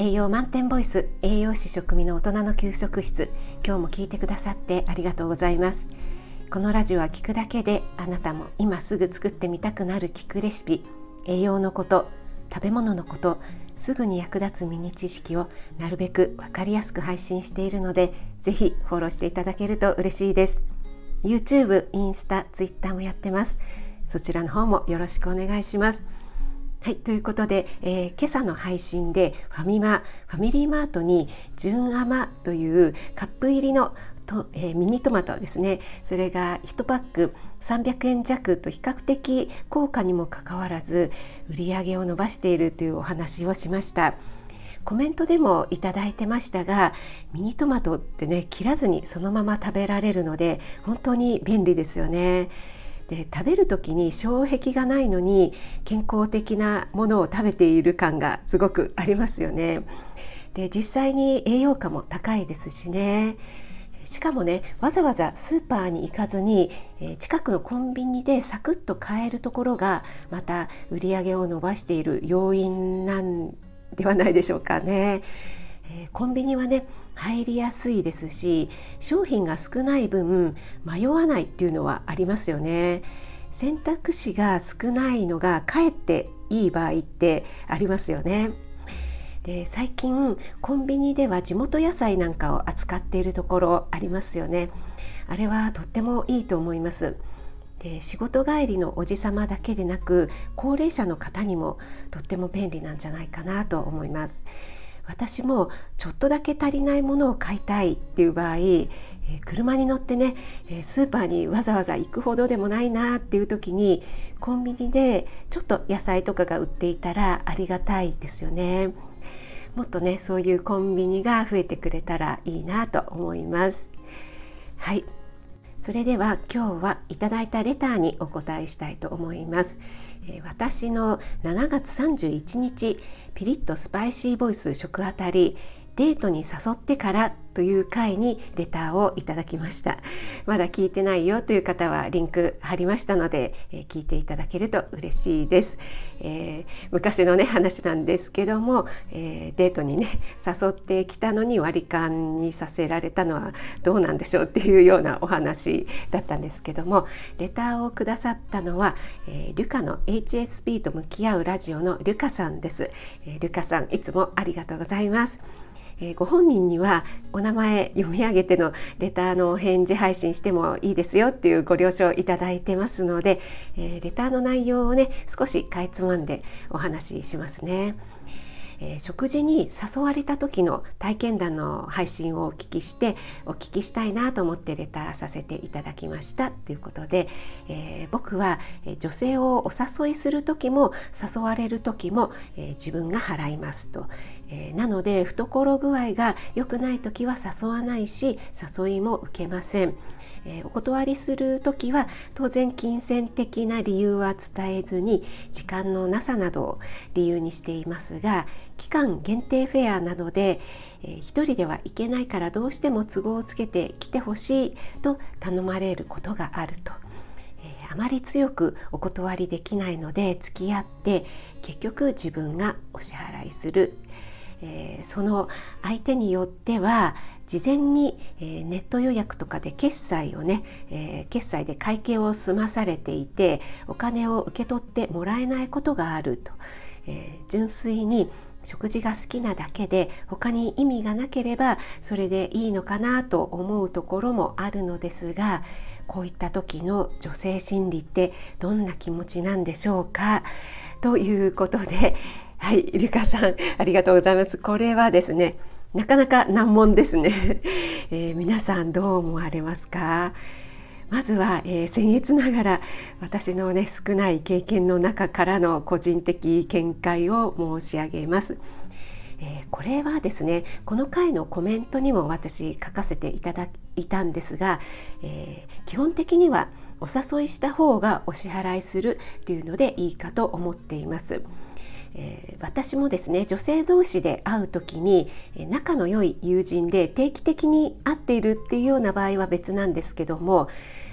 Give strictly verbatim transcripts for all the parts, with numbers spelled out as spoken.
栄養満点ボイス、栄養士食味の大人の給食室。今日も聞いてくださってありがとうございます。このラジオは聞くだけであなたも今すぐ作ってみたくなる聞くレシピ、栄養のこと、食べ物のこと、すぐに役立つミニ知識をなるべく分かりやすく配信しているので、ぜひフォローしていただけると嬉しいです。 YouTube、インスタ、ツイッターもやってます。そちらの方もよろしくお願いします。はい、ということで、えー、今朝の配信でファミマファミリーマートに純甘というカップ入りのと、えー、ミニトマトですね、それがいちパックさんびゃくえん弱と比較的高価にもかかわらず売り上げを伸ばしているというお話をしました。コメントでもいただいてましたが、ミニトマトってね、切らずにそのまま食べられるので本当に便利ですよね。で、食べる時に障壁がないのに健康的なものを食べている感がすごくありますよね。で、実際に栄養価も高いですしね。しかもね、わざわざスーパーに行かずに、えー、近くのコンビニでサクッと買えるところがまた売り上げを伸ばしている要因なんではないでしょうかね。えー、コンビニはね、入りやすいですし、商品が少ない分迷わないっていうのはありますよね。選択肢が少ないのがかえっていい場合ってありますよね。で、最近コンビニでは地元野菜なんかを扱っているところありますよね。あれはとってもいいと思います。で、仕事帰りのおじさまだけでなく高齢者の方にもとっても便利なんじゃないかなと思います。私もちょっとだけ足りないものを買いたいっていう場合、えー、車に乗ってね、スーパーにわざわざ行くほどでもないなっていう時にコンビニでちょっと野菜とかが売っていたらありがたいですよね。もっとね、そういうコンビニが増えてくれたらいいなと思います。はい、それでは今日はいただいたレターにお答えしたいと思います。えー、私のしちがつさんじゅういちにちピリッとスパイシーボイス食あたりデートに誘ってからという回にレターをいただきました。まだ聞いてないよという方はリンク貼りましたので、えー、聞いていただけると嬉しいです。えー、昔のね話なんですけども、えー、デートにね誘ってきたのに割り勘にさせられたのはどうなんでしょうっていうようなお話だったんですけども、レターをくださったのは、えー、リュカの エイチエスピー と向き合うラジオのリュカさんです。えー、リュカさん、いつもありがとうございます。えー、ご本人にはお名前読み上げてのレターの返事配信してもいいですよっていうご了承いただいてますので、えー、レターの内容をね少しかいつまんでお話ししますね。えー、食事に誘われた時の体験談の配信をお聞きしてお聞きしたいなと思ってレターさせていただきましたということで、えー、僕は女性をお誘いする時も誘われる時も、えー、自分が払いますと、えー、なので懐具合が良くない時は誘わないし誘いも受けません。えー、お断りするときは当然金銭的な理由は伝えずに時間のなさなどを理由にしていますが、期間限定フェアなどで、えー、一人では行けないからどうしても都合をつけて来てほしいと頼まれることがあると、えー、あまり強くお断りできないので付き合って結局自分がお支払いする。えー、その相手によっては事前に、えー、ネット予約とかで決済をね、えー、決済で会計を済まされていてお金を受け取ってもらえないことがあると、えー、純粋に食事が好きなだけで他に意味がなければそれでいいのかなと思うところもあるのですが、こういった時の女性心理ってどんな気持ちなんでしょうかということで、はい、リカさんありがとうございます。これはですね、なかなか難問ですね。えー、皆さんどう思われますか？まずは、えー、僭越ながら私のね少ない経験の中からの個人的見解を申し上げます。えー、これはですね、この回のコメントにも私書かせていただいたんですが、えー、基本的にはお誘いした方がお支払いするっていうのでいいかと思っています。えー、私もですね、女性同士で会うときに仲の良い友人で定期的に会っているっていうような場合は別なんですけども、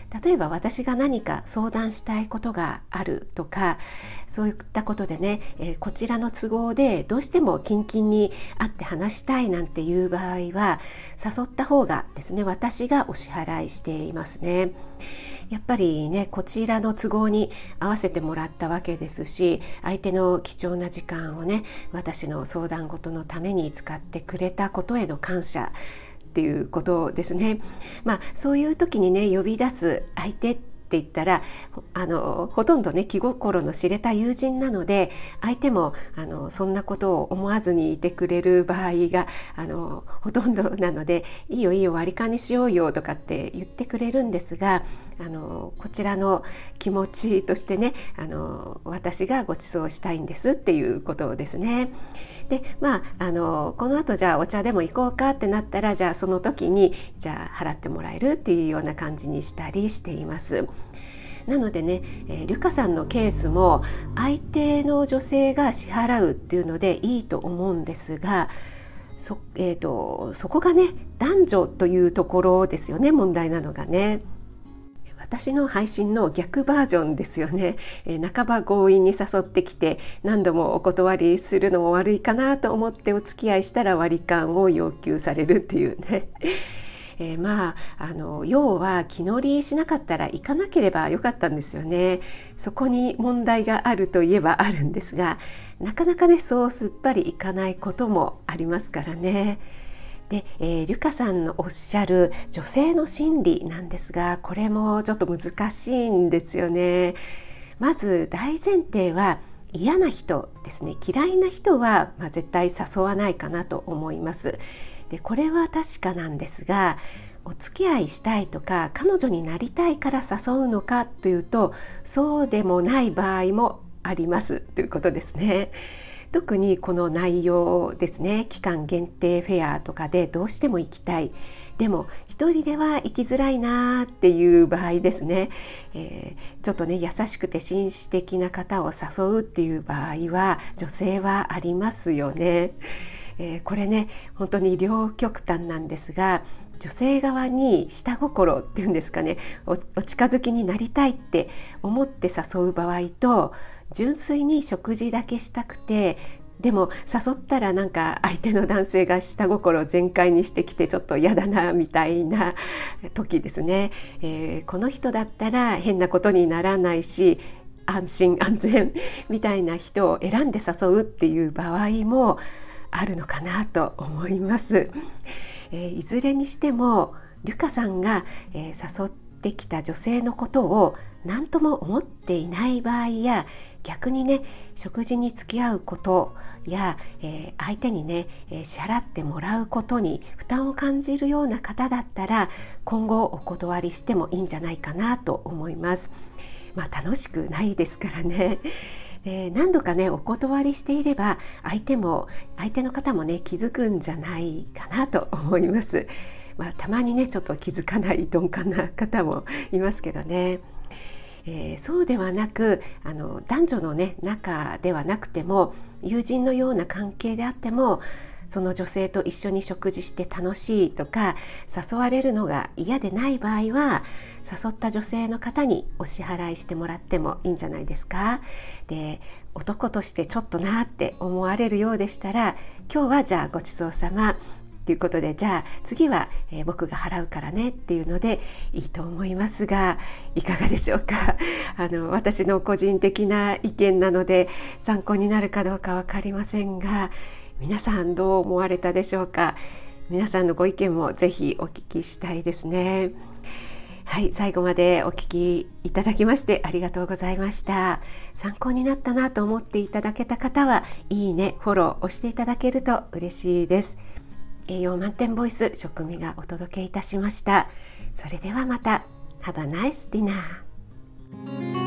例えば私が何か相談したいことがあるとか、そういったことでね、えー、こちらの都合でどうしても近々に会って話したいなんていう場合は、誘った方がですね、私がお支払いしていますね。やっぱりね、こちらの都合に合わせてもらったわけですし、相手の貴重な時間をね、私の相談事のために使ってくれたことへの感謝っていうことですね。まあそういう時にね、呼び出す相手って言ったら、あのほとんどね、気心の知れた友人なので、相手もあのそんなことを思わずにいてくれる場合があのほとんどなので、いいよいいよ割り勘にしようよとかって言ってくれるんですが、あのこちらの気持ちとしてね、あの私がご馳走したいんですっていうことですね。で、まあ、あのこの後じゃあお茶でも行こうかってなったら、じゃあその時にじゃあ払ってもらえるっていうような感じにしたりしています。なのでね、えー、リュカさんのケースも相手の女性が支払うっていうのでいいと思うんですが、そ、えーと、そこがね、男女というところですよね、問題なのがね。私の配信の逆バージョンですよね、えー、半ば強引に誘ってきて何度もお断りするのも悪いかなと思ってお付き合いしたら割り勘を要求されるっていうねえー、まあ、あの要は気乗りしなかったら行かなければよかったんですよね。そこに問題があるといえばあるんですが、なかなかね、そうすっぱりいかないこともありますからね。で、えー、リュカさんのおっしゃる女性の心理なんですが、これもちょっと難しいんですよね。まず大前提は、嫌な人ですね、嫌いな人は、まあ、絶対誘わないかなと思います。で、これは確かなんですが、お付き合いしたいとか彼女になりたいから誘うのかというと、そうでもない場合もありますということですね。特にこの内容ですね、期間限定フェアとかでどうしても行きたい、でも一人では行きづらいなっていう場合ですね、えー、ちょっとね、優しくて紳士的な方を誘うっていう場合は、女性はありますよね。えー、これね、本当に両極端なんですが、女性側に下心っていうんですかね、 お, お近づきになりたいって思って誘う場合と、純粋に食事だけしたくて、でも誘ったらなんか相手の男性が下心全開にしてきてちょっと嫌だなみたいな時ですね、えー、この人だったら変なことにならないし安心安全みたいな人を選んで誘うっていう場合もあるのかなと思います。えー、いずれにしてもリュカさんが、えー、誘ってきた女性のことを何とも思っていない場合や、逆にね、食事に付き合うことや、えー、相手にね、えー、支払ってもらうことに負担を感じるような方だったら、今後お断りしてもいいんじゃないかなと思います。まあ楽しくないですからね。で、何度かね、お断りしていれば相手も相手の方もね、気づくんじゃないかなと思います。まあ、たまにね、ちょっと気づかない鈍感な方もいますけどね。えー、そうではなく、あの男女の、ね、仲ではなくても、友人のような関係であっても、その女性と一緒に食事して楽しいとか、誘われるのが嫌でない場合は、誘った女性の方にお支払いしてもらってもいいんじゃないですか。で、男としてちょっとなって思われるようでしたら、今日はじゃあごちそうさまということで、じゃあ次は、えー、僕が払うからねっていうのでいいと思いますが、いかがでしょうか。あの私の個人的な意見なので参考になるかどうかわかりませんが、皆さんどう思われたでしょうか。皆さんのご意見もぜひお聞きしたいですね。はい、最後までお聞きいただきましてありがとうございました。参考になったなと思っていただけた方は、いいね、フォロー押していただけると嬉しいです。栄養満点ボイス、食味がお届けいたしました。それではまた。Have a nice dinner.